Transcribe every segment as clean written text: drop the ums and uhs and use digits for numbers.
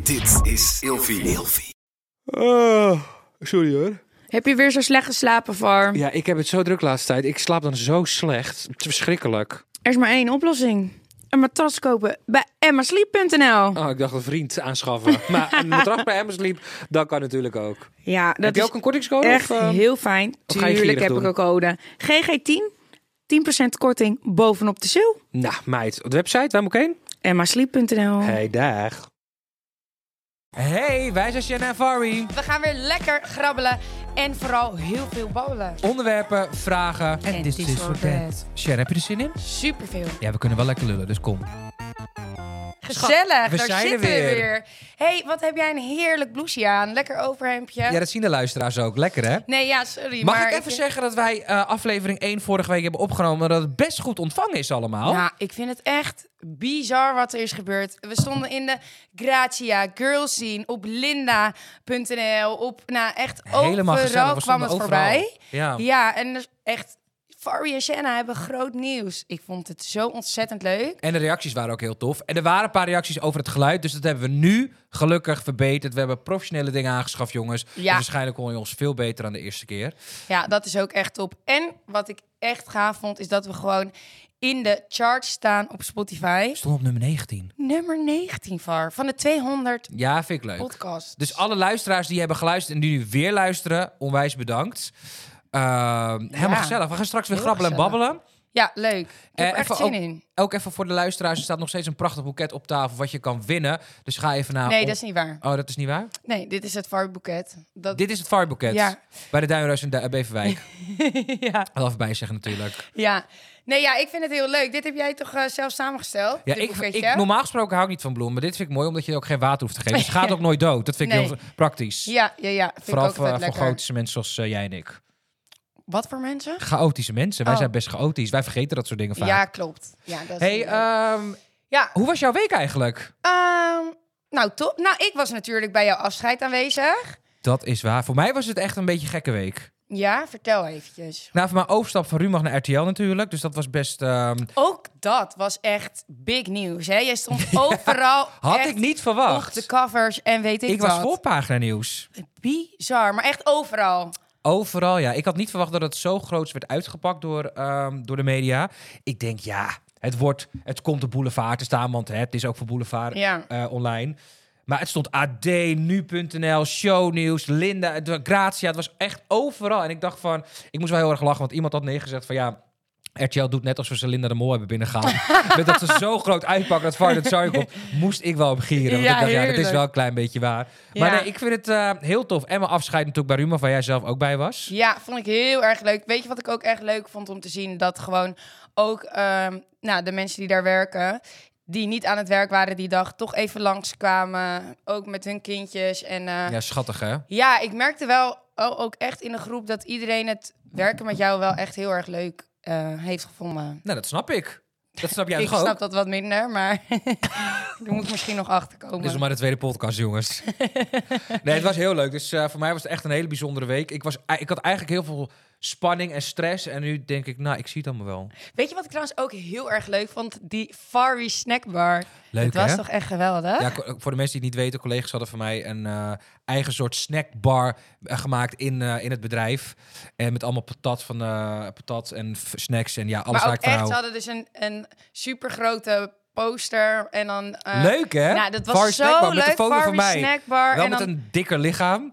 Dit is Ilfie. Sorry hoor. Heb je weer zo slecht geslapen, Var? Ja, ik heb het zo druk de laatste tijd. Ik slaap dan zo slecht. Het is verschrikkelijk. Er is maar één oplossing. Een matras kopen bij emmasleep.nl. Oh, ik dacht een vriend aanschaffen. Maar een matras bij Emma Sleep, dat kan natuurlijk ook. Ja, dat Heb je is ook een kortingscode? echt of, heel fijn. of ga je Tuurlijk gierig heb doen? ik een code. GG10, 10% korting bovenop de sale. Nou, meid. Op de website, waar moet ik heen? emmasleep.nl. Hey, dag. Hey, wij zijn Shanna en Fari. We gaan weer lekker grabbelen en vooral heel veel babbelen. Onderwerpen, vragen. En this is for that. Shanna, heb je er zin in? Superveel. Ja, we kunnen wel lekker lullen, dus kom. Gezellig, we daar zijn er zitten we weer. weer. Hey, wat heb jij een heerlijk blouseje aan. Lekker overhemdje. Ja, dat zien de luisteraars ook. Lekker, hè? Nee, ja, sorry. Mag maar ik even zeggen dat wij aflevering 1 vorige week hebben opgenomen... maar dat het best goed ontvangen is allemaal? Nou, ik vind het echt bizar wat er is gebeurd. We stonden in de Grazia, Girl Scene, op linda.nl, op, nou echt Helemaal overal gezellig. We kwam stonden het overal. voorbij. Ja. Ja, en dus echt, Fari en Shanna hebben groot nieuws. Ik vond het zo ontzettend leuk. En de reacties waren ook heel tof. En er waren een paar reacties over het geluid. Dus dat hebben we nu gelukkig verbeterd. We hebben professionele dingen aangeschaft, jongens. Ja. Dus waarschijnlijk hoor je ons veel beter dan de eerste keer. Ja, dat is ook echt top. En wat ik echt gaaf vond, is dat we gewoon in de charts staan op Spotify. Stond op nummer 19. Nummer 19, Var, van de 200 Ja, vind ik leuk. podcasts. Dus alle luisteraars die hebben geluisterd en die nu weer luisteren, onwijs bedankt. Helemaal gezellig. We gaan straks weer Heel grabbelen gezellig. en babbelen. Ja, leuk. Ik heb er echt even zin ook- in. Ook even voor de luisteraars, er staat nog steeds een prachtig boeket op tafel wat je kan winnen. Dus ga even naar... Nee, dat is niet waar. Oh, dat is niet waar? Nee, dit is het Var-boeket. Dat... Dit is het Farboeket. Ja. Bij de Duinruis in Beverwijk. ja. Al even bij zeggen natuurlijk. Ja. Nee, ja, ik vind het heel leuk. Dit heb jij toch zelf samengesteld? Ja, dit boeketje? ik normaal gesproken hou ik niet van bloemen. Maar dit vind ik mooi, omdat je ook geen water hoeft te geven. Dus het gaat ook nooit dood. Dat vind ik Nee. heel praktisch. Ja. Vind Vooral ik ook vet voor lekker. chaotische mensen zoals jij en ik. Wat voor mensen? Chaotische mensen. Wij Oh. zijn best chaotisch. Wij vergeten dat soort dingen vaak. Ja, klopt. Ja, dat is Hey, niet leuk. Ja, hoe was jouw week eigenlijk? nou top. Nou, ik was natuurlijk bij jouw afscheid aanwezig. Dat is waar. Voor mij was het echt een beetje een gekke week. Ja, vertel eventjes. Nou, voor mijn overstap van Rumach naar RTL natuurlijk. Dus dat was best... Ook dat was echt big nieuws, hè? Jij stond overal had echt ik niet op verwacht. de covers en weet ik Ik wat. was voorpagina nieuws. Bizar, maar echt overal. Overal, ja. Ik had niet verwacht dat het zo groots werd uitgepakt door de media. Ik denk, ja, het komt op Boulevard te staan, want het is ook voor Boulevard Ja. online. Maar het stond AD, Nu.nl, Shownieuws, Linda, Grazia. Het was echt overal. En ik dacht van, ik moest wel heel erg lachen, want iemand had neergezet van, ja, RTL doet net alsof ze Linda de Mol hebben binnengehaald. Met dat ze zo groot uitpakken dat Var het zo komt, moest ik wel op gieren. Want Ja, ik dacht, ja, dat is heerlijk. wel een klein beetje waar. Ja. Maar nee, ik vind het heel tof. En mijn afscheid natuurlijk bij Ruma, waar jij zelf ook bij was. Ja, vond ik heel erg leuk. Weet je wat ik ook echt leuk vond om te zien? Dat gewoon ook de mensen die daar werken, die niet aan het werk waren die dag, toch even langskwamen. Ook met hun kindjes. En Ja, schattig hè? ja, ik merkte wel ook echt in de groep dat iedereen het werken met jou wel echt heel erg leuk heeft gevonden. Nou, dat snap ik. Dat snap jij Ik toch ook? snap dat wat minder, maar er moet misschien nog achter komen. Dit is nog maar de tweede podcast, jongens. Nee, het was heel leuk. Dus voor mij was het echt een hele bijzondere week. Ik had eigenlijk heel veel spanning en stress. En nu denk ik, nou, ik zie het allemaal wel. Weet je wat ik trouwens ook heel erg leuk vond? Die Fari snackbar. Leuk, Het was hè? toch echt geweldig? Ja, voor de mensen die het niet weten, collega's hadden van mij een eigen soort snackbar gemaakt in het bedrijf. En met allemaal patat en snacks en ja, alles maar waar ook ik van echt, hou. ze hadden dus een super grote poster en dan... Leuk, hè? Nou, dat was Fari zo snackbar, leuk. met een foto van Fari mij. snackbar. Wel en met dan, een dikker lichaam.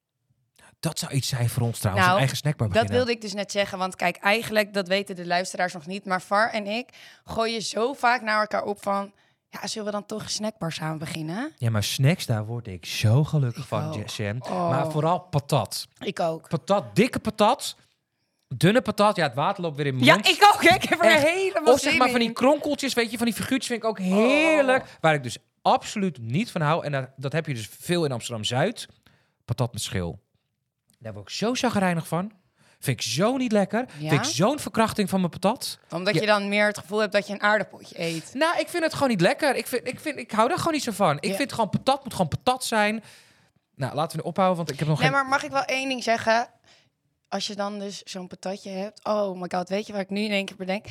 Dat zou iets zijn voor ons trouwens, Nou, een eigen snackbar dat beginnen. wilde ik dus net zeggen, want kijk, eigenlijk, dat weten de luisteraars nog niet, maar Var en ik gooien zo vaak naar elkaar op van, ja, zullen we dan toch een snackbar samen beginnen? Ja, maar snacks, daar word ik zo gelukkig Ik van, ook. Sam. Oh. Maar vooral patat. Ik ook. Patat, dikke patat. Dunne patat. Ja, het water loopt weer in mijn Ja, mond. ik ook. Ik heb er Echt. helemaal Of zeg zin maar van die in. kronkeltjes, weet je, van die figuurtjes vind ik ook heerlijk. Oh. Waar ik dus absoluut niet van hou. En dat heb je dus veel in Amsterdam-Zuid. Patat met schil. Daar word ik zo chagrijnig van. Vind ik zo niet lekker. Ja? Vind ik zo'n verkrachting van mijn patat. Omdat Ja. je dan meer het gevoel hebt dat je een aardappeltje eet. Nou, ik vind het gewoon niet lekker. Ik hou daar gewoon niet zo van. Ik Ja. vind gewoon patat moet gewoon patat zijn. Nou, laten we nu ophouden, want ik heb nog Nee, geen... maar mag ik wel één ding zeggen? Als je dan dus zo'n patatje hebt... Oh my god, weet je waar ik nu in één keer bedenk?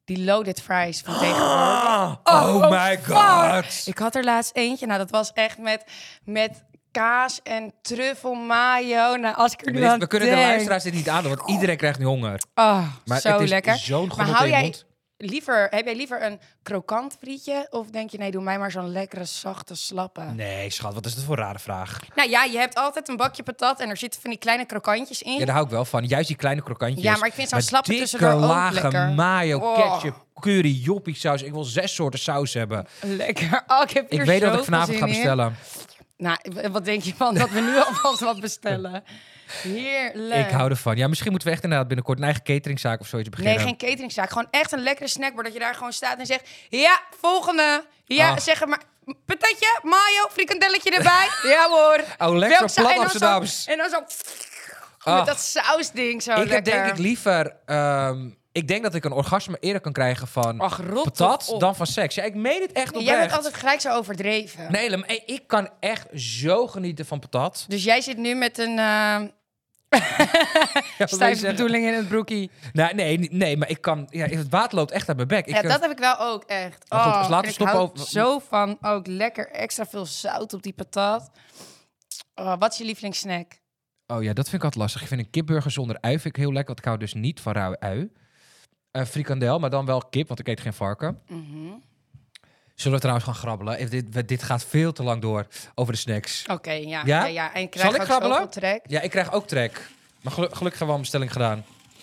Die loaded fries van tegenwoordig. Oh my god. Ik had er laatst eentje. Nou, dat was echt met kaas en truffel mayo. Nou, als ik er nu aan We kunnen de denk. luisteraars dit niet aandoen, want iedereen krijgt nu honger. Oh, Maar zo het is lekker. zo'n Maar genot in je mond. heb jij liever een krokant frietje? Of denk je, nee, doe mij maar zo'n lekkere, zachte, slappe? Nee, schat, wat is dat voor een rare vraag? Nou ja, je hebt altijd een bakje patat en er zitten van die kleine krokantjes in. Ja, daar hou ik wel van. Juist die kleine krokantjes. Ja, maar ik vind zo'n Met slappe dikke tussendoor ook lage lekker. mayo, Oh. ketchup, curry, joppie saus. Ik wil 6 soorten saus hebben. Lekker. Oh, ik heb Ik hier weet dat ik zoveel vanavond zin ga in. bestellen. Nou, wat denk je van dat we nu alvast wat bestellen? Heerlijk. Ik hou ervan. Ja, misschien moeten we echt inderdaad binnenkort een eigen cateringzaak of zoiets beginnen. Nee, geen cateringzaak. Gewoon echt een lekkere snackbar. Dat je daar gewoon staat en zegt... Ja, volgende. Ja, Ah. zeg maar... Patatje, mayo, frikandelletje erbij. Ja hoor. Oh, lekker Welk zo plat en dan zo- Amsterdams. En dan zo... Ah. Met dat sausding zo Ik heb lekker. denk ik liever... ik denk dat ik een orgasme eerder kan krijgen van Ach, rot patat toch op. dan van seks. Ja, ik meen het echt Ja, oprecht. jij bent altijd gelijk zo overdreven. Nee, maar ik kan echt zo genieten van patat. Dus jij zit nu met een Ja, wat wil je stijve zeggen? bedoeling in het broekie. Nou, nee, maar ik kan... Ja, het water loopt echt uit mijn bek. Ja, dat heb ik wel ook echt. Maar goed, dus en laten we ik stoppen hou over- zo van ook lekker extra veel zout op die patat. Wat is je lievelingssnack? Oh ja, dat vind ik altijd lastig. Ik vind een kipburger zonder ui vind ik heel lekker, want ik hou dus niet van rauwe ui. Frikandel, maar dan wel kip, want ik eet geen varken. Zullen we trouwens gaan grabbelen? Dit gaat veel te lang door over de snacks. Oké, ja. Ja? Ja. En ik Zal krijg ik ook grabbelen? zoveel trek. Ja, ik krijg ook trek. Maar gelukkig hebben we al een bestelling gedaan.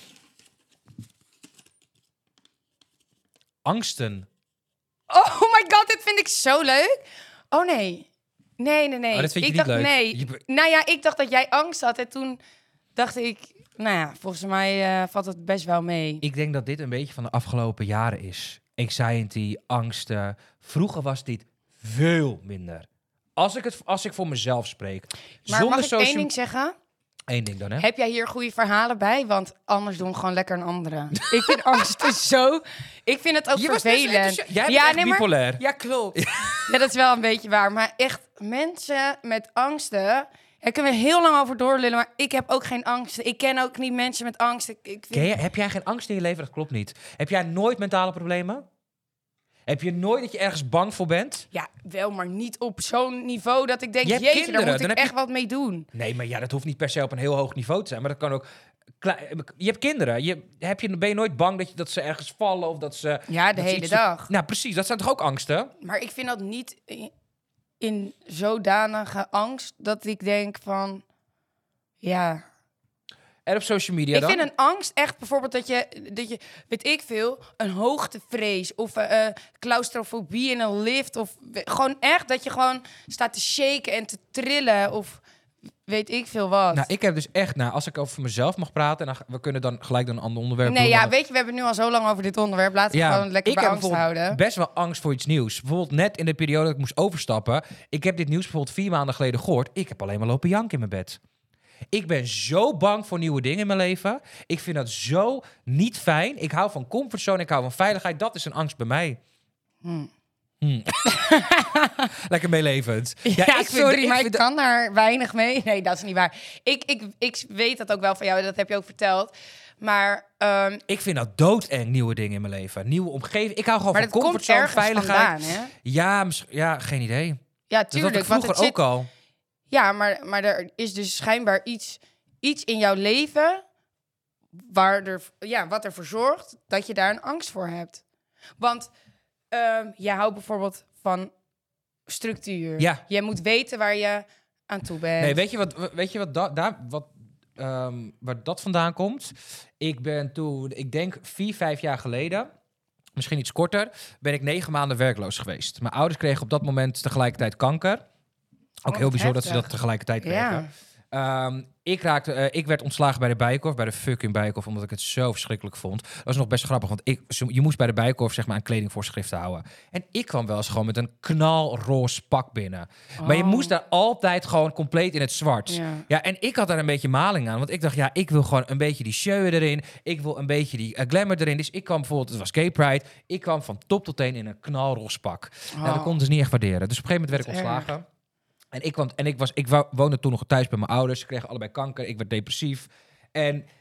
Angsten. Oh my god, dit vind ik zo leuk. Oh nee. Nee. Oh, dat vind je ik niet dacht, leuk? Nee. Nou ja, ik dacht dat jij angst had. En toen dacht ik... Nou ja, volgens mij valt het best wel mee. Ik denk dat dit een beetje van de afgelopen jaren is. Anxiety, angsten. Vroeger was dit veel minder. Als ik voor mezelf spreek. Maar mag ik één ding zeggen? Eén ding dan, hè? Heb jij hier goede verhalen bij? Want anders doen we gewoon lekker een andere. Ik vind angst zo... Ik vind het ook Je was net zo vervelend. enthousiast. Jij bent echt maar- bipolair. Ja, klopt. Ja, dat is wel een beetje waar. Maar echt, mensen met angsten... Daar kunnen we heel lang over doorlullen, maar ik heb ook geen angst. Ik ken ook niet mensen met angst. Heb jij geen angst in je leven? Dat klopt niet. Heb jij nooit mentale problemen? Heb je nooit dat je ergens bang voor bent? Ja, wel, maar niet op zo'n niveau dat ik denk... Je hebt Jeetje, kinderen, daar moet dan ik heb echt wat mee doen. Nee, maar ja, dat hoeft niet per se op een heel hoog niveau te zijn. Maar dat kan ook... Je hebt kinderen. Ben je nooit bang dat ze ergens vallen of dat ze... Ja, de dat ze hele iets- dag. Nou, precies. Dat zijn toch ook angsten? Maar ik vind dat niet in zodanige angst dat ik denk van... Ja... En op social media Ik dan? vind een angst echt bijvoorbeeld dat je, weet ik veel, een hoogtevrees of claustrofobie in een lift. Of gewoon echt dat je gewoon staat te shaken en te trillen of weet ik veel wat. Nou, ik heb dus echt... Nou, als ik over mezelf mag praten... En we kunnen dan gelijk een ander onderwerp nee, doen. ja, want- weet je, we hebben nu al zo lang over dit onderwerp. Laten we gewoon lekker ik bij heb angst bijvoorbeeld houden. best wel angst voor iets nieuws. Bijvoorbeeld net in de periode dat ik moest overstappen. Ik heb dit nieuws bijvoorbeeld 4 maanden geleden gehoord. Ik heb alleen maar lopen janken in mijn bed. Ik ben zo bang voor nieuwe dingen in mijn leven. Ik vind dat zo niet fijn. Ik hou van comfortzone, ik hou van veiligheid. Dat is een angst bij mij. Lekker meelevend. Ja, ik vind- sorry, ik maar vind ik kan daar weinig mee. Nee, dat is niet waar. Ik weet dat ook wel van jou, dat heb je ook verteld. Maar, Ik vind dat doodeng, nieuwe dingen in mijn leven. Nieuwe omgeving. Ik hou gewoon maar van dat komt comfortzone, ergens veiligheid. vandaan, hè? Ja, geen idee. Ja, Dat had tuurlijk. ik Want vroeger het zit, ook al. Ja, maar er is dus schijnbaar iets in jouw leven wat ervoor zorgt dat je daar een angst voor hebt. Want je houdt bijvoorbeeld van structuur. Ja. Je moet weten waar je aan toe bent. Nee, weet je waar dat vandaan komt? Ik ben toen, ik denk 4-5 jaar geleden, misschien iets korter, ben ik 9 maanden werkloos geweest. Mijn ouders kregen op dat moment tegelijkertijd kanker. Ook heel wat bijzonder dat ze heftig. dat tegelijkertijd kregen. Ja. Ik werd ontslagen bij de Bijenkorf, bij de fucking Bijenkorf, omdat ik het zo verschrikkelijk vond. Dat was nog best grappig, want je moest bij de Bijenkorf zeg maar aan kledingvoorschriften houden. En ik kwam wel eens gewoon met een knalroze pak binnen. Maar je moest daar altijd gewoon compleet in het zwart. Ja, en ik had daar een beetje maling aan, want ik dacht, ja, ik wil gewoon een beetje die show erin. Ik wil een beetje die glamour erin. Dus ik kwam bijvoorbeeld, het was Gay Pride, ik kwam van top tot teen in een knalroze pak. Nou, dat konden ze niet echt waarderen. Dus op een gegeven moment werd ik ontslagen. En ik woonde toen nog thuis bij mijn ouders. Ze kregen allebei kanker. Ik werd depressief. En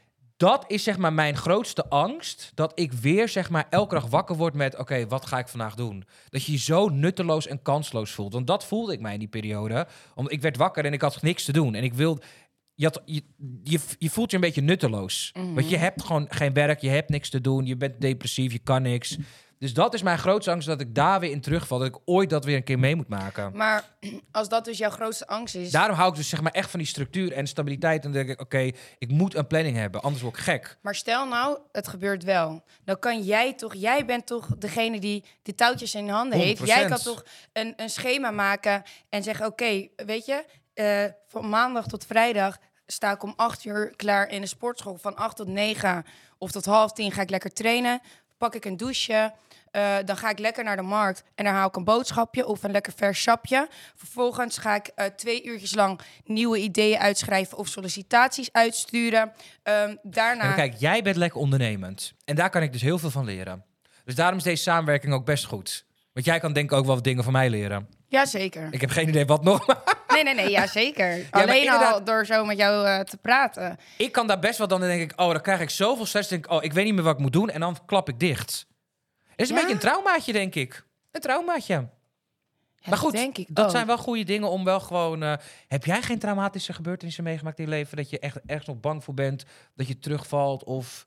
dat is zeg maar mijn grootste angst. Dat ik weer zeg maar elke dag wakker word met... Oké, wat ga ik vandaag doen? Dat je je zo nutteloos en kansloos voelt. Want dat voelde ik mij in die periode. Omdat ik werd wakker en ik had niks te doen. En ik wilde... Je voelt je een beetje nutteloos. Want je hebt gewoon geen werk, je hebt niks te doen. Je bent depressief, je kan niks. Dus dat is mijn grootste angst, dat ik daar weer in terugval. Dat ik ooit dat weer een keer mee moet maken. Maar als dat dus jouw grootste angst is... Daarom hou ik dus zeg maar echt van die structuur en stabiliteit. En dan denk ik, oké, ik moet een planning hebben. Anders word ik gek. Maar stel nou, het gebeurt wel. Dan kan jij toch... Jij bent toch degene die de touwtjes in handen heeft. 100%. Jij kan toch een schema maken en zeggen... Oké, weet je, van maandag tot vrijdag sta ik om 8 uur klaar in de sportschool. Van 8 tot 9 of tot 9:30 ga ik lekker trainen. Pak ik een douche... dan ga ik lekker naar de markt en daar haal ik een boodschapje of een lekker vers sapje. Vervolgens ga ik 2 uurtjes lang nieuwe ideeën uitschrijven of sollicitaties uitsturen. Daarna... En kijk, jij bent lekker ondernemend. En daar kan ik dus heel veel van leren. Dus daarom is deze samenwerking ook best goed. Want jij kan denk ik ook wel wat dingen van mij leren. Jazeker. Ik heb geen idee wat nog. Nee, ja, zeker. maar Alleen al inderdaad- door zo met jou te praten. Ik kan daar best wel dan denk ik... dan krijg ik zoveel stress. Dan denk ik, ik weet niet meer wat ik moet doen. En dan klap ik dicht. Het is een Ja? beetje een traumaatje, denk ik. Een traumaatje. Ja, Maar goed, denk ik dat ook. zijn wel goede dingen om wel gewoon... heb jij geen traumatische gebeurtenissen meegemaakt in je leven? Dat je echt ergens nog bang voor bent? Dat je terugvalt? Of...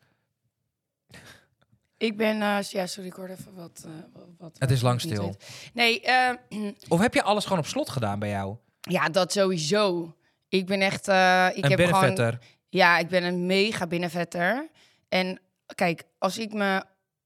Ik ben... ja, sorry, ik hoorde even wat... Het is lang ik niet stil. weet. Nee, Of heb je alles gewoon op slot gedaan bij jou? ja, dat sowieso. Ik ben echt... ik Een heb gewoon... binnenvetter. Ja, ik ben een mega binnenvetter. En kijk, als ik me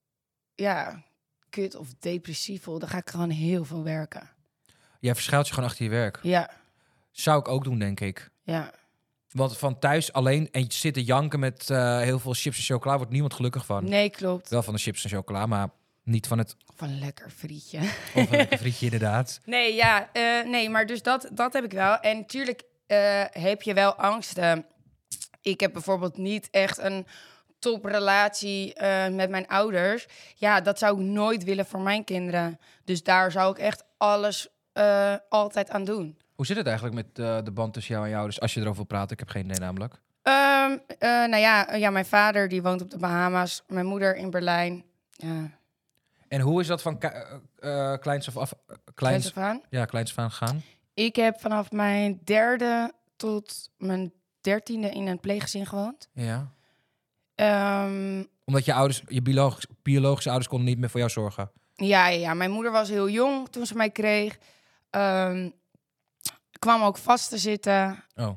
kut of depressief voel, dan ga ik gewoon heel veel werken. Jij verschuilt je gewoon achter je werk. Ja, Zou ik ook doen, denk ik. ja. Want van thuis alleen en zitten janken met heel veel chips en chocola... wordt niemand gelukkig van. Nee, klopt. Wel van de chips en chocola, maar niet van het... Of een lekker frietje. Of een lekker frietje, inderdaad. Nee, ja, nee, maar dus dat heb ik wel. En natuurlijk heb je wel angsten. Ik heb bijvoorbeeld niet echt een toprelatie met mijn ouders. Ja, dat zou ik nooit willen voor mijn kinderen. Dus daar zou ik echt alles altijd aan doen. Hoe zit het eigenlijk met de band tussen jou en jou? Dus als je erover wil praten, ik heb geen idee namelijk. Nou ja, mijn vader die woont op de Bahama's. Mijn moeder in Berlijn. Ja, En hoe is dat van kleins af kleins af aan. kleins af aan gegaan? Ik heb vanaf mijn 3e tot mijn 13e in een pleeggezin gewoond. Ja. Ehm, Omdat je ouders, je biologische ouders konden niet meer voor jou zorgen. ja, mijn moeder was heel jong toen ze mij kreeg. Kwam ook vast te zitten. Oh.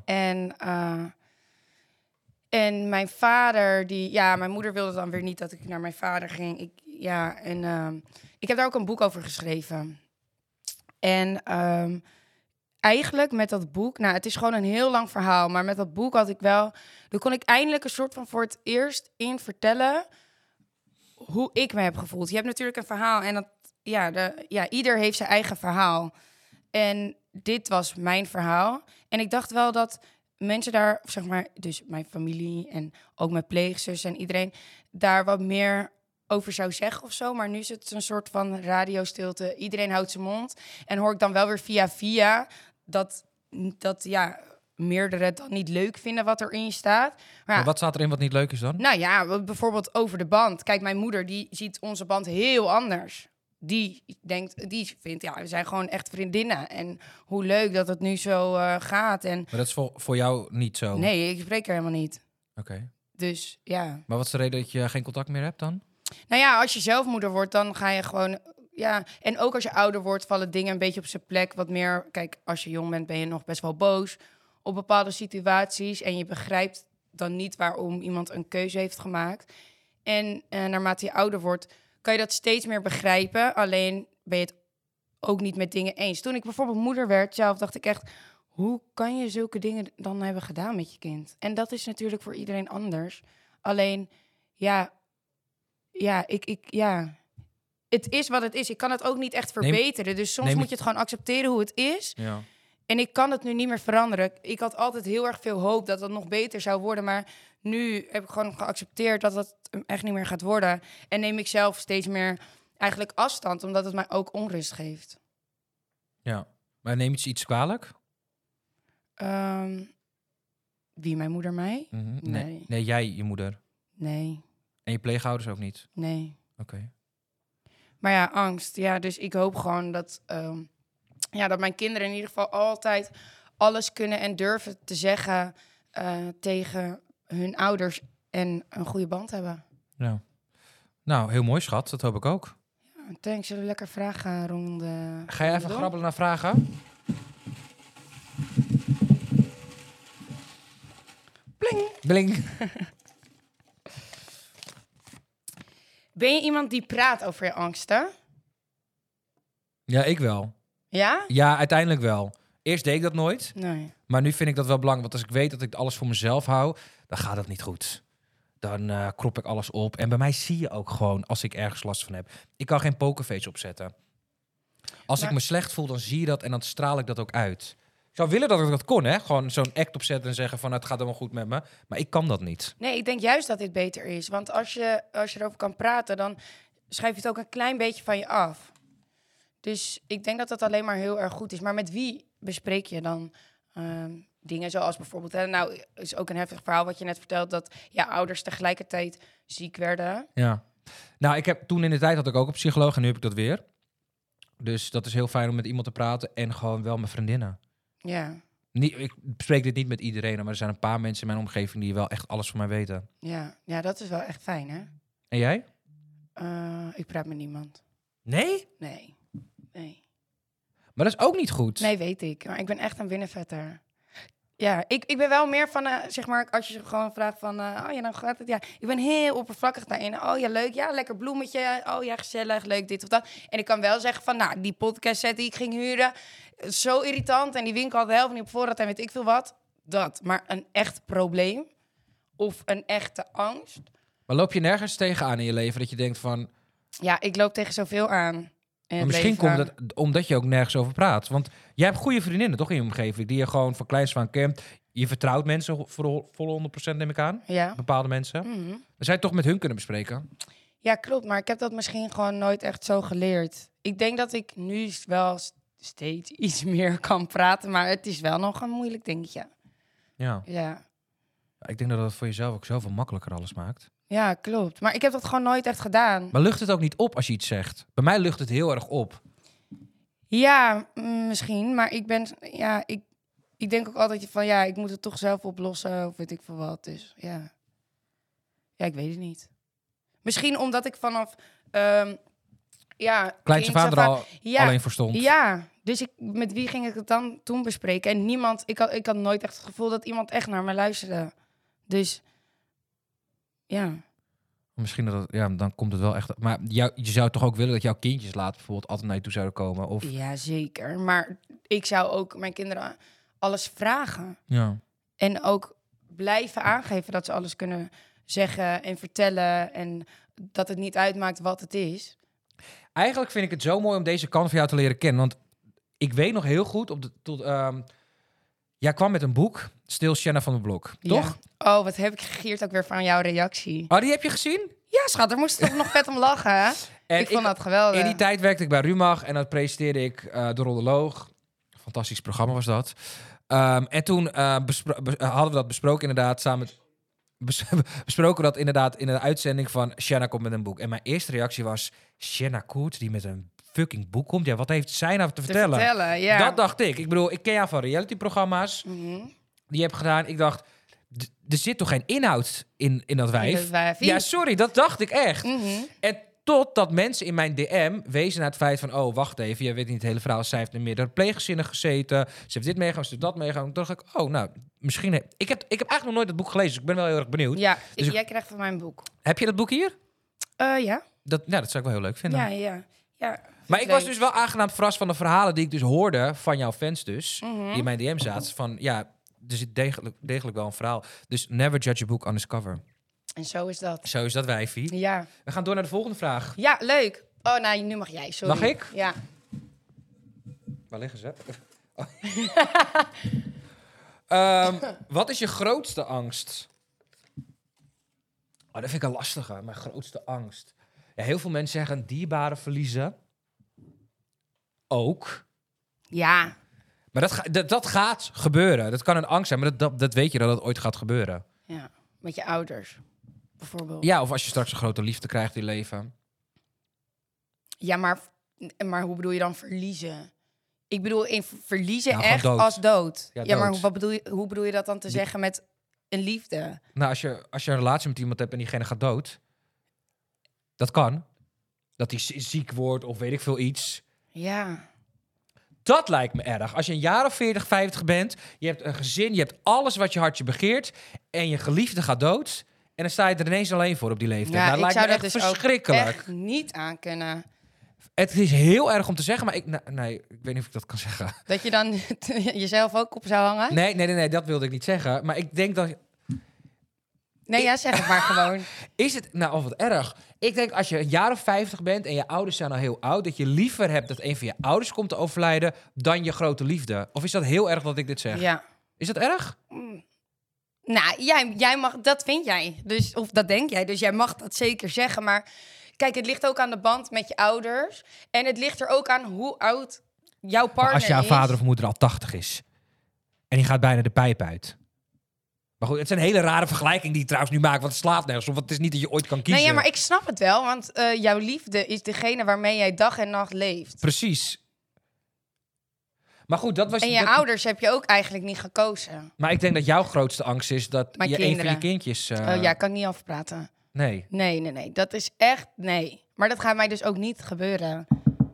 En mijn vader, mijn moeder wilde dan weer niet dat ik naar mijn vader ging. Ik heb daar ook een boek over geschreven. En eigenlijk met dat boek, het is gewoon een heel lang verhaal, maar met dat boek dan kon ik eindelijk een soort van voor het eerst in vertellen hoe ik me heb gevoeld. Je hebt natuurlijk een verhaal en ieder heeft zijn eigen verhaal. En dit was mijn verhaal. En ik dacht wel dat mensen daar, zeg maar, dus mijn familie en ook mijn pleegzus en iedereen daar wat meer over zou zeggen of zo. Maar nu is het een soort van radiostilte. Iedereen houdt zijn mond. En hoor ik dan wel weer via dat meerdere het dan niet leuk vinden wat erin staat. Maar wat staat erin wat niet leuk is dan? Nou ja, bijvoorbeeld over de band. Kijk, mijn moeder die ziet onze band heel anders. Die vindt, we zijn gewoon echt vriendinnen. En hoe leuk dat het nu zo gaat. En Maar dat is voor jou niet zo? nee, ik spreek er helemaal niet. Oké. Dus ja. Maar wat is de reden dat je geen contact meer hebt dan? Nou ja, als je zelf moeder wordt, dan ga je gewoon... Ja, en ook als je ouder wordt, vallen dingen een beetje op zijn plek. Wat meer, kijk, als je jong bent, ben je nog best wel boos op bepaalde situaties. En je begrijpt dan niet waarom iemand een keuze heeft gemaakt. En naarmate je ouder wordt, kan je dat steeds meer begrijpen. Alleen ben je het ook niet met dingen eens. Toen ik bijvoorbeeld moeder werd zelf, dacht ik echt... Hoe kan je zulke dingen dan hebben gedaan met je kind? En dat is natuurlijk voor iedereen anders. Alleen, het is wat het is. Ik kan het ook niet echt verbeteren. Dus soms moet je het gewoon accepteren hoe het is. Ja. En ik kan het nu niet meer veranderen. Ik had altijd heel erg veel hoop dat het nog beter zou worden. Maar nu heb ik gewoon geaccepteerd dat het echt niet meer gaat worden. En neem ik zelf steeds meer eigenlijk afstand, omdat het mij ook onrust geeft. Ja. Maar neem je iets kwalijk? Wie, mijn moeder mij? Mhm. Nee. Nee, jij, je moeder. Nee, En je pleegouders ook niet? nee. Oké. Maar ja, angst. Ja, dus ik hoop gewoon dat, dat mijn kinderen in ieder geval altijd alles kunnen en durven te zeggen tegen hun ouders en een goede band hebben. Ja. Nou, heel mooi, schat. Dat hoop ik ook. Ja, thanks, zullen we lekker vragenronde. Ga je even doen? grabbelen naar vragen? Pling. Bling. Ben je iemand die praat over je angsten? Ja, ik wel. Ja? Ja, uiteindelijk wel. Eerst deed ik dat nooit. Nee. Maar nu vind ik dat wel belangrijk. Want als ik weet dat ik alles voor mezelf hou, dan gaat dat niet goed. Dan krop ik alles op. En bij mij zie je ook gewoon als ik ergens last van heb. Ik kan geen pokerface opzetten. Als ik me slecht voel, dan zie je dat en dan straal ik dat ook uit. Ik zou willen dat ik dat kon, hè? Gewoon zo'n act opzetten en zeggen van het gaat helemaal goed met me. Maar ik kan dat niet. Nee, ik denk juist dat dit beter is. Want als je erover kan praten, dan schrijf je het ook een klein beetje van je af. Dus ik denk dat dat alleen maar heel erg goed is. Maar met wie bespreek je dan dingen zoals bijvoorbeeld... Nou, is ook een heftig verhaal wat je net vertelt... dat je ouders tegelijkertijd ziek werden. Ja. Nou, toen in de tijd had ik ook een psycholoog en nu heb ik dat weer. Dus dat is heel fijn om met iemand te praten en gewoon wel met vriendinnen. Ja, Ik bespreek dit niet met iedereen, maar er zijn een paar mensen in mijn omgeving die wel echt alles van mij weten. ja, dat is wel echt fijn, hè? En jij? Ik praat met niemand. Nee? Nee. Maar dat is ook niet goed. Nee, weet ik. Maar ik ben echt een binnenvetter. Ja, ik ben wel meer van, zeg maar, als je gewoon vraagt van... dan gaat het, ja. Ik ben heel oppervlakkig daarin. Oh ja, leuk. Ja, lekker bloemetje. Oh ja, gezellig. Leuk, dit of dat. En ik kan wel zeggen van, nou, die podcast set die ik ging huren... Zo irritant. En die winkel had de helft niet op voorraad en weet ik veel wat. Dat. Maar een echt probleem of een echte angst... Maar loop je nergens tegenaan in je leven dat je denkt van... Ja, ik loop tegen zoveel aan. Maar misschien komt het omdat je ook nergens over praat. Want jij hebt goede vriendinnen toch in je omgeving... die je gewoon van kleins van kent. Je vertrouwt mensen voor volle 100% neem ik aan. Ja. Bepaalde mensen. Mhm. We zijn toch met hun kunnen bespreken. Ja, klopt. Maar ik heb dat misschien gewoon nooit echt zo geleerd. Ik denk dat ik nu wel steeds iets meer kan praten. Maar het is wel nog een moeilijk dingetje. Ja. Ja. Ik denk dat het voor jezelf ook zoveel makkelijker alles maakt. Ja, klopt. Maar ik heb dat gewoon nooit echt gedaan. Maar lucht het ook niet op als je iets zegt? Bij mij lucht het heel erg op. Ja, misschien. Maar ik ben... Ja, ik denk ook altijd van... Ja, ik moet het toch zelf oplossen. Of weet ik veel wat. Dus ja. Ja, ik weet het niet. Misschien omdat ik vanaf... Kleins af aan er al alleen voor stond. Ja, dus met wie ging ik het dan toen bespreken? En niemand... Ik had nooit echt het gevoel dat iemand echt naar me luisterde. Dus... Ja. Misschien dan komt het wel echt... Maar je zou toch ook willen dat jouw kindjes later bijvoorbeeld altijd naar je toe zouden komen? Of... Ja, zeker. Maar ik zou ook mijn kinderen alles vragen. Ja. En ook blijven aangeven dat ze alles kunnen zeggen en vertellen. En dat het niet uitmaakt wat het is. Eigenlijk vind ik het zo mooi om deze kant van jou te leren kennen. Want ik weet nog heel goed... jij kwam met een boek, Stil Shanna van den Blok, toch? Ja. Oh, wat heb ik gegierd ook weer van jouw reactie. Oh, die heb je gezien? Ja, schat, daar moest je toch nog vet om lachen, hè? En ik vond dat geweldig. In die tijd werkte ik bij Rumach en dat presenteerde ik De Rodoloog. Fantastisch programma was dat. En toen hadden we dat besproken inderdaad samen met... besproken dat inderdaad in de uitzending van Shanna komt met een boek. En mijn eerste reactie was... Shanna Koert die met een fucking boek komt. Ja, wat heeft zij nou te vertellen? Ja. Dat dacht ik. Ik bedoel, ik ken jou van realityprogramma's. Mhm. Die je hebt gedaan. Ik dacht, er zit toch geen inhoud in dat wijf? wijfie. Ja, sorry, dat dacht ik echt. Mhm. En totdat mensen in mijn DM wezen naar het feit van... oh, wacht even, jij weet niet het hele verhaal. Zij heeft in meerdere pleeggezinnen gezeten. Ze heeft dit meegemaakt, ze heeft dat meegemaakt. Toen dacht ik, oh, nou, misschien... Ik heb eigenlijk nog nooit het boek gelezen, dus ik ben wel heel erg benieuwd. Ja, Dus jij krijgt van mijn boek. Heb je dat boek hier? Ja. Dat zou ik wel heel leuk vinden. Ja. Maar ik was dus wel aangenaam verrast van de verhalen die ik dus hoorde... van jouw fans dus, Mhm. die in mijn DM zaten. Van, ja, er zit degelijk wel een verhaal. Dus never judge a book on its cover. En zo is dat. Zo is dat, wijfie. Ja. We gaan door naar de volgende vraag. Ja, leuk. Oh, nou, nu mag jij. Sorry. Mag ik? Ja. Waar liggen ze? Wat is je grootste angst? Oh, dat vind ik een lastige. Mijn grootste angst. Ja, heel veel mensen zeggen dierbaren verliezen. Ook. Ja. Maar dat gaat gebeuren. Dat kan een angst zijn, maar dat weet je dat het ooit gaat gebeuren. Ja. Met je ouders. bijvoorbeeld. Ja, of als je straks een grote liefde krijgt in je leven. Ja, maar hoe bedoel je dan verliezen? Ik bedoel, in verliezen Ja, gewoon echt dood. als dood. Ja, Ja, maar dood. hoe bedoel je dat dan te zeggen met een liefde? Nou, als je een relatie met iemand hebt en diegene gaat dood. Dat kan. Dat hij ziek wordt of weet ik veel iets. Ja. Dat lijkt me erg. Als je een jaar of 40, 50 bent, je hebt een gezin, je hebt alles wat je hartje begeert en je geliefde gaat dood en dan sta je er ineens alleen voor op die leeftijd. Ja, Nou, ik lijkt zou me dat echt dus ook verschrikkelijk. echt niet aan kunnen. Het is heel erg om te zeggen, maar nee, ik weet niet of ik dat kan zeggen. Dat je dan jezelf ook op zou hangen? Nee, dat wilde ik niet zeggen. Maar ik denk dat... Nee, ja, zeg het maar gewoon. Is het nou of wat erg? Ik denk als je een jaar of 50 bent en je ouders zijn al heel oud, dat je liever hebt dat een van je ouders komt te overlijden dan je grote liefde. Of is dat heel erg dat ik dit zeg? Ja. Is dat erg? Nou, jij mag, dat vind jij. Dus, of dat denk jij. Dus jij mag dat zeker zeggen. Maar kijk, het ligt ook aan de band met je ouders. En het ligt er ook aan hoe oud jouw partner Maar als jouw is. vader of moeder al 80 is en die gaat bijna de pijp uit. Maar goed, het is een hele rare vergelijking die je trouwens nu maakt, want het slaat nergens op. Want het is niet dat je ooit kan kiezen. Nee, ja, maar ik snap het wel. Want jouw liefde is degene waarmee jij dag en nacht leeft. Precies. Maar goed, dat was... En je dat- ouders heb je ook eigenlijk niet gekozen. Maar ik denk dat jouw grootste angst is dat Mijn je een van je kinderen. kindjes... Oh ja, kan ik niet afpraten. Nee, Nee. Dat is echt nee. Maar dat gaat mij dus ook niet gebeuren.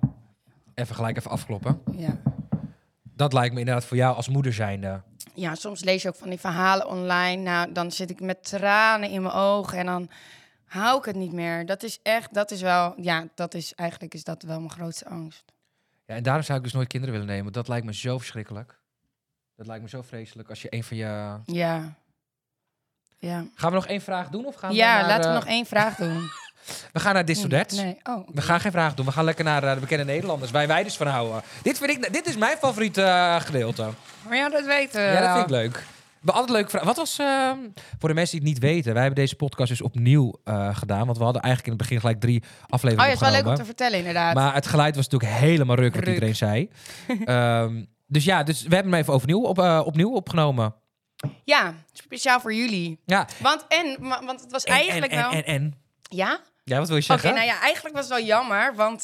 even afkloppen. Ja. Dat lijkt me inderdaad voor jou als moeder zijnde. Ja, soms lees je ook van die verhalen online. Nou, dan zit ik met tranen in mijn ogen en dan hou ik het niet meer. Dat is eigenlijk is dat wel mijn grootste angst. Ja, en daarom zou ik dus nooit kinderen willen nemen. Dat lijkt me zo verschrikkelijk. Dat lijkt me zo vreselijk als je een van je... Ja. Ja, Gaan we nog één vraag doen? Of gaan we ja naar, laten we nog één vraag doen. We gaan naar This or That. Nee, oh. We gaan geen vraag doen. We gaan lekker naar de bekende Nederlanders. Waar wij dus van houden. Dit is mijn favoriete gedeelte. Maar ja, dat weten we Ja, dat wel. vind ik leuk. We altijd leuke vragen. Wat was, voor de mensen die het niet weten, wij hebben deze podcast dus opnieuw gedaan. Want we hadden eigenlijk in het begin gelijk 3 Oh afleveringen ja, het is wel leuk om opgenomen. te vertellen inderdaad. Maar het geluid was natuurlijk helemaal ruk, wat Ruk. iedereen zei. Dus we hebben hem even opnieuw opgenomen. Ja, speciaal voor jullie. Ja. Want het was eigenlijk wel... En. Ja? Ja, wat wil je Oké, zeggen? nou ja, eigenlijk was het wel jammer, want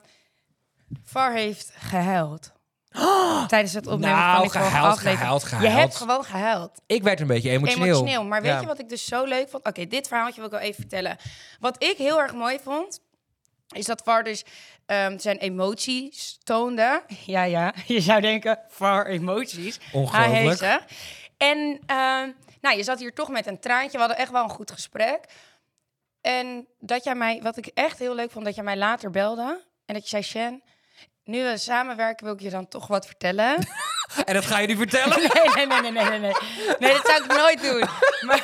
Var heeft gehuild. Tijdens het opnemen Nou, van die vorige aflevering. gehuild. Je hebt gewoon gehuild. Ik werd een beetje emotioneel. Maar weet Ja. je wat ik dus zo leuk vond? Oké, dit verhaaltje wil ik wel even vertellen. Wat ik heel erg mooi vond, is dat Var dus zijn emoties toonde. Ja, je zou denken, Var emoties. Ongelooflijk. Hij heeft ze. En je zat hier toch met een traantje. We hadden echt wel een goed gesprek. En dat jij mij, wat ik echt heel leuk vond, dat jij mij later belde. En dat je zei, Shen, nu we samenwerken wil ik je dan toch wat vertellen. En dat ga je nu vertellen? Nee. Nee, dat zou ik nooit doen. Maar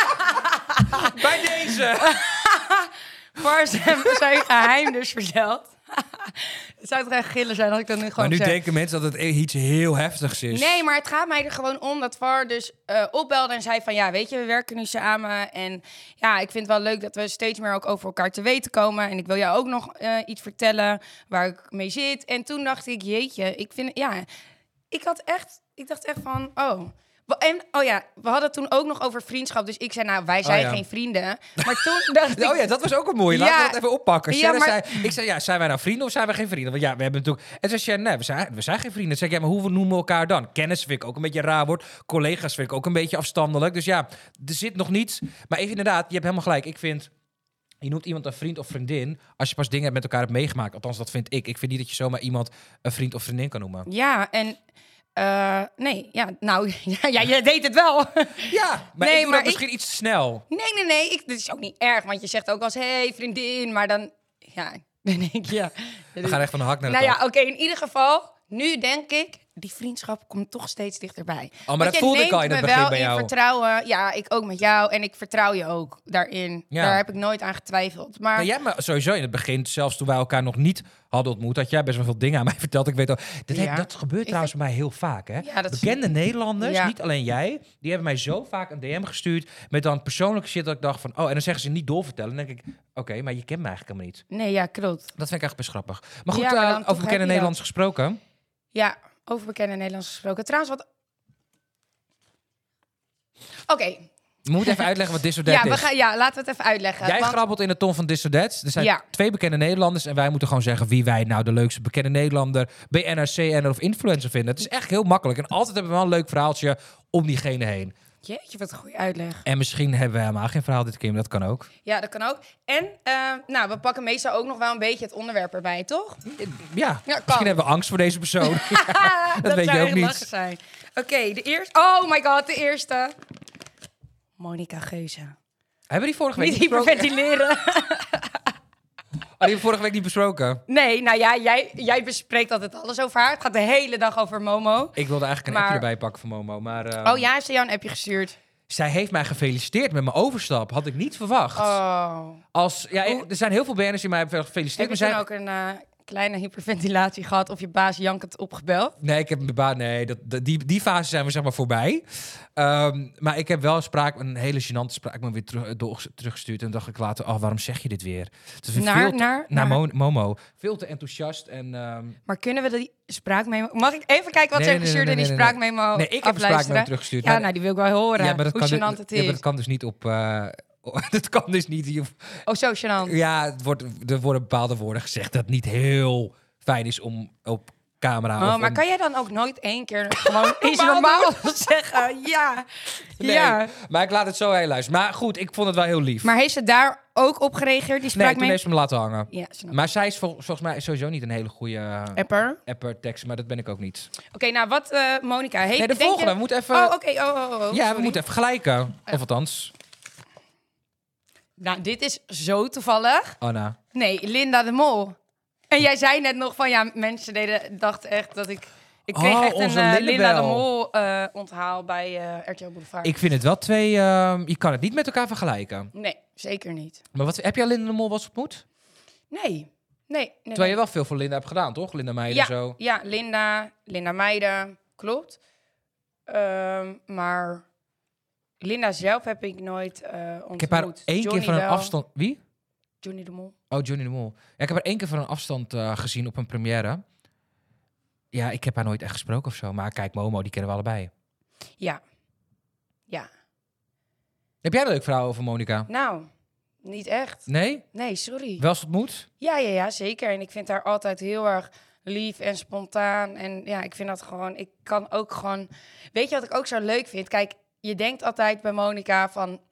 Bij deze. Var zijn geheim dus verteld. Het zou toch echt gillen zijn als ik dat nu Maar gewoon nu zeg. denken mensen dat het iets heel heftigs is. Nee, maar het gaat mij er gewoon om dat Var dus opbelde en zei van... ja, weet je, we werken nu samen. En ja, ik vind het wel leuk dat we steeds meer ook over elkaar te weten komen. En ik wil jou ook nog iets vertellen waar ik mee zit. En toen dacht ik, jeetje, ik dacht echt van, En, we hadden het toen ook nog over vriendschap. Dus ik zei, nou, wij zijn geen vrienden. Maar toen dacht ik... Oh ja, dat was ook een mooie. Laten we dat even oppakken. Ja, Shannon maar- ik zei, ja, zijn wij nou vrienden of zijn we geen vrienden? Want ja, we hebben natuurlijk... En zei Shannon, nee, we zijn geen vrienden. Zeg ik, ja, maar hoe noemen we elkaar dan? Kennis vind ik ook een beetje een raar woord. Collega's vind ik ook een beetje afstandelijk. Dus ja, er zit nog niets. Maar even inderdaad, je hebt helemaal gelijk. Ik vind... Je noemt iemand een vriend of vriendin als je pas dingen met elkaar hebt meegemaakt. Althans, dat vind ik. Ik vind niet dat je zomaar iemand een vriend of vriendin kan noemen. Ja, en... jij deed het wel. Ja, maar Nee, ik doe maar dat misschien iets te snel. Nee. Dit is ook niet erg, want je zegt ook wel eens... hey, vriendin, maar dan... Ja, dan denk ik, ja. We gaan echt van de hak naar de Nou tak. ja, oké, in ieder geval... Nu denk ik, die vriendschap komt toch steeds dichterbij. Maar Want dat voelde ik al in het begin bij jou. Vertrouwen. Ja, ik ook met jou. En ik vertrouw je ook daarin. Ja. Daar heb ik nooit aan getwijfeld. Maar Nou, jij maar sowieso in het begin, zelfs toen wij elkaar nog niet hadden ontmoet, had jij best wel veel dingen aan mij verteld. Ik weet al, Ja. dat gebeurt trouwens bij mij heel vaak. Hè? Ja, dat is- Bekende Nederlanders, Ja. niet alleen jij, die hebben mij zo vaak een DM gestuurd met dan persoonlijke shit dat ik dacht van, en dan zeggen ze niet doorvertellen. Dan denk ik, oké, maar je kent me eigenlijk helemaal niet. Nee, ja, klopt. Dat vind ik echt best grappig. Maar goed, Ja, maar dan toch over heb bekende je Nederlanders gesproken. Ja, over bekende Nederlands gesproken. Trouwens, wat... Oké. We moeten even uitleggen wat This or That is. Laten we het even uitleggen. Jij grabbelt in de ton van This or That. Er zijn 2 bekende Nederlanders en wij moeten gewoon zeggen wie wij nou de leukste bekende Nederlander, BN'er, CN'er of influencer vinden. Het is echt heel makkelijk. En altijd hebben we wel een leuk verhaaltje om diegene heen. Jeetje, wat een goede uitleg. En misschien hebben we helemaal geen verhaal dit keer, maar dat kan ook. Ja, dat kan ook. En we pakken meestal ook nog wel een beetje het onderwerp erbij, toch? Ja, kan. Misschien hebben we angst voor deze persoon. dat weet zou je ook echt niet. lachen zijn. Oké, de eerste. Oh my god, de eerste. Monica Geuze. Hebben die vorige week Niet niet besproken? hyperventileren. Die hebben vorige week niet besproken. Nee, nou ja, jij bespreekt altijd alles over haar. Het gaat de hele dag over Momo. Ik wilde eigenlijk een appje erbij pakken van Momo. Maar, Oh ja, heeft ze jou een appje gestuurd? Zij heeft mij gefeliciteerd met mijn overstap. Had ik niet verwacht. Oh. Er zijn heel veel BN'ers die mij hebben gefeliciteerd. Heb je toen ook een kleine hyperventilatie gehad of je baas jankend opgebeld? Nee, ik heb mijn baas. Nee, die fase zijn we zeg maar voorbij. Maar ik heb wel een hele gênante spraak weer teruggestuurd. En dacht ik later, waarom zeg je dit weer? Dus naar Momo. Veel te enthousiast. En, Maar kunnen we die spraakmemo... Mag ik even kijken wat ze heeft gestuurd in die spraakmemo? Nee, ik heb een spraakmemo teruggestuurd. Ja, nou die wil ik wel horen. Ja, maar dat hoe gênant het is. Ja, maar dat kan dus niet op... dat kan dus niet... Oh, zo gênant. Ja, er worden bepaalde woorden gezegd dat niet heel fijn is om op camera... Maar kan jij dan ook nooit één keer gewoon iets normaal zeggen? Ja. Nee, ja. Maar ik laat het zo heel luisteren. Maar goed, ik vond het wel heel lief. Maar heeft ze daar ook op gereageerd? Die Nee, toen heeft ze hem laten hangen. Ja, snap. Maar zij is volgens mij sowieso niet een hele goede Apper? tekst, maar dat ben ik ook niet. Oké, nou wat Monica heeft... Nee, de volgende. We moeten even... Oh, oké. Ja, we moeten even gelijken. Of althans... Nou, dit is zo toevallig. Anna. Nee, Linda de Mol. En jij zei net nog van, mensen dachten echt dat ik... Ik kreeg echt een Linda de Mol onthaal bij RTL Boulevard. Ik vind het wel twee... je kan het niet met elkaar vergelijken. Nee, zeker niet. Maar heb jij Linda de Mol wel eens ontmoet? Nee. Terwijl je wel veel voor Linda hebt gedaan, toch? Linda Meijden en zo. Ja, Linda Meijden, klopt. Maar Linda zelf heb ik nooit ontmoet. Ik heb haar één keer van een afstand... Wie? Johnny de Mol. Oh, Johnny de Mol. Ja, ik heb haar 1 keer van een afstand gezien op een première. Ja, ik heb haar nooit echt gesproken of zo. Maar kijk, Momo, die kennen we allebei. Ja. Heb jij een leuk verhaal over Monica? Nou, niet echt. Nee? Nee, sorry. Wel eens ontmoet? Ja, zeker. En ik vind haar altijd heel erg lief en spontaan. En ja, ik vind dat gewoon... Ik kan ook gewoon... Weet je wat ik ook zo leuk vind? Kijk, je denkt altijd bij Monica van...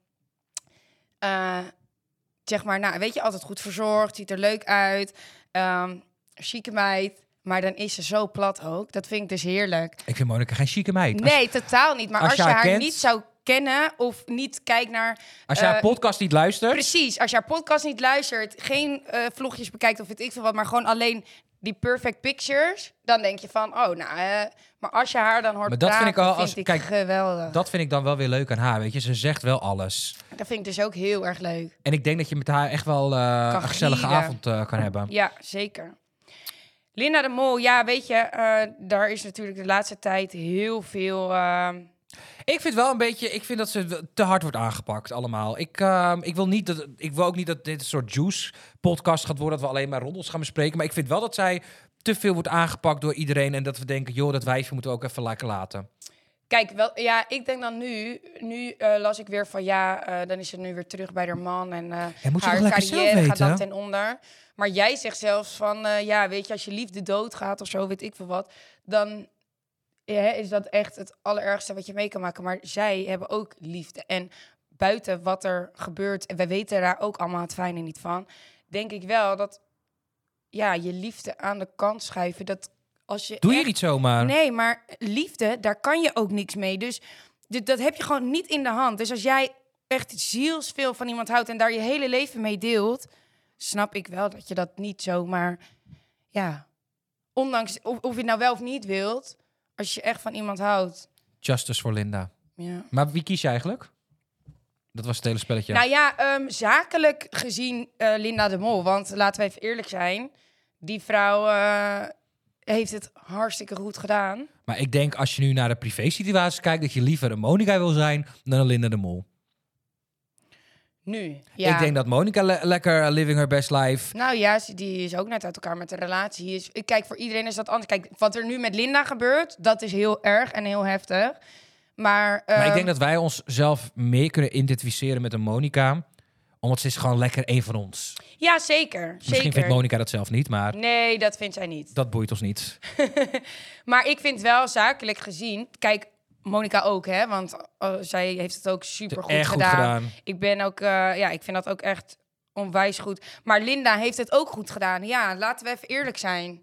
zeg maar, nou, weet je, altijd goed verzorgd. Ziet er leuk uit. Chique meid. Maar dan is ze zo plat ook. Dat vind ik dus heerlijk. Ik vind Monica geen chique meid. Nee, totaal niet. Maar als je haar kent, niet zou kennen of niet kijkt naar... Als je haar podcast niet luistert... Precies, als je haar podcast niet luistert, geen vlogjes bekijkt of weet ik veel wat, maar gewoon alleen die perfect pictures, dan denk je van, maar als je haar dan hoort maar dat praten, vind ik geweldig. Dat vind ik dan wel weer leuk aan haar, weet je. Ze zegt wel alles. Dat vind ik dus ook heel erg leuk. En ik denk dat je met haar echt wel een gezellige avond kan hebben. Ja, zeker. Linda de Mol, ja, weet je, daar is natuurlijk de laatste tijd heel veel... Ik vind wel een beetje... Ik vind dat ze te hard wordt aangepakt allemaal. Ik wil ook niet dat dit een soort juice-podcast gaat worden, dat we alleen maar roddels gaan bespreken. Maar ik vind wel dat zij te veel wordt aangepakt door iedereen en dat we denken, joh, dat wijfje moeten we ook even lekker laten. Kijk, ik denk dan nu las ik weer van dan is ze nu weer terug bij haar man en haar carrière gaat dan ten onder. Maar jij zegt zelfs van, weet je, als je liefde doodgaat of zo, weet ik veel wat, dan is dat echt het allerergste wat je mee kan maken. Maar zij hebben ook liefde. En buiten wat er gebeurt, en wij weten daar ook allemaal het fijne niet van, denk ik wel dat je liefde aan de kant schuiven, dat als je doe je niet zomaar. Nee, maar liefde, daar kan je ook niks mee. Dus dat heb je gewoon niet in de hand. Dus als jij echt zielsveel van iemand houdt en daar je hele leven mee deelt, snap ik wel dat je dat niet zomaar, ondanks of je het nou wel of niet wilt, als je echt van iemand houdt. Justice voor Linda. Ja. Maar wie kies je eigenlijk? Dat was het hele spelletje. Nou ja, zakelijk gezien Linda de Mol. Want laten we even eerlijk zijn, die vrouw heeft het hartstikke goed gedaan. Maar ik denk, als je nu naar de privé-situaties kijkt, dat je liever een Monica wil zijn dan een Linda de Mol. Nu, ja. Ik denk dat Monica lekker living her best life. Nou ja, die is ook net uit elkaar met de relatie. Kijk, voor iedereen is dat anders. Kijk, wat er nu met Linda gebeurt, dat is heel erg en heel heftig. Maar ik denk dat wij onszelf meer kunnen identificeren met een Monica. Omdat ze is gewoon lekker één van ons. ja, zeker. Misschien zeker. vindt Monica dat zelf niet, maar Nee, dat vindt zij niet. dat boeit ons niet. Maar ik vind wel zakelijk gezien... Kijk, Monica ook, hè? Want zij heeft het ook super goed Echt gedaan. goed gedaan. Ik ben ook... ik vind dat ook echt onwijs goed. Maar Linda heeft het ook goed gedaan. Ja, laten we even eerlijk zijn.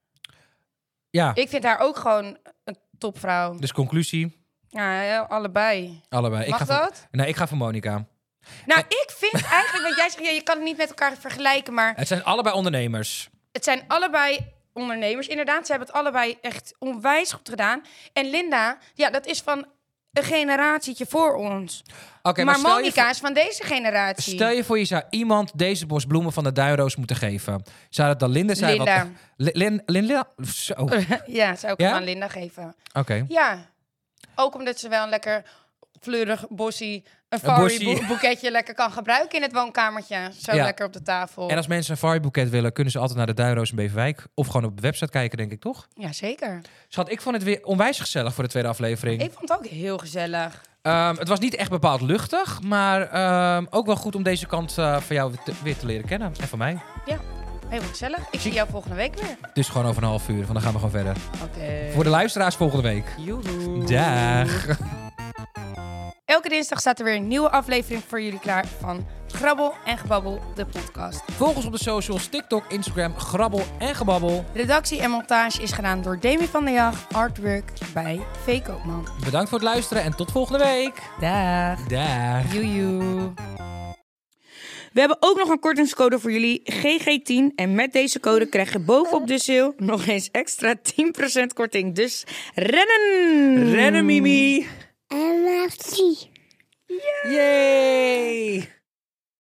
Ja, Ik vind haar ook gewoon een topvrouw. dus conclusie, Ja, allebei. allebei. Mag dat? Ik ga voor Monica. Nou, ik vind eigenlijk... Want jij zegt, je kan het niet met elkaar vergelijken, maar... Het zijn allebei ondernemers. Het zijn allebei ondernemers. Inderdaad, ze hebben het allebei echt onwijs goed gedaan. En Linda, ja, dat is van een generatietje voor ons. Oké, maar stel je Monica is van deze generatie. Stel je voor, je zou iemand deze bos bloemen van de Duinroos moeten geven. Zou dat dan Linda zijn? Linda. Linda? Zo. Oké. Ja, zou ik Ja? hem aan Linda geven. Ja, ook omdat ze wel een lekker fleurig bossie, een bossie. boeketje lekker kan gebruiken in het woonkamertje. Zo Ja. lekker op de tafel. En als mensen een Fari-boeket willen, kunnen ze altijd naar de Duinroos in Beverwijk. Of gewoon op de website kijken, denk ik, toch? Ja, zeker. Schat, ik vond het weer onwijs gezellig voor de tweede aflevering. Ik vond het ook heel gezellig. Het was niet echt bepaald luchtig, maar ook wel goed om deze kant van jou weer te leren kennen. En van mij. Heel gezellig. Ik zie jou volgende week weer. Dus gewoon over een half uur, want dan gaan we gewoon verder. Oké. Voor de luisteraars volgende week. Joehoe. Dag. Elke dinsdag staat er weer een nieuwe aflevering voor jullie klaar van Grabbel en Gebabbel, de podcast. Volg ons op de socials, TikTok, Instagram, Grabbel en Gebabbel. Redactie en montage is gedaan door Demi van der Jag, artwork bij V. Koopman. Bedankt voor het luisteren en tot volgende week. Dag. Dag. Joejoe. We hebben ook nog een kortingscode voor jullie, GG10. En met deze code krijg je bovenop de sale nog eens extra 10% korting. Dus rennen! Rennen, Mimi. En merci. Yay!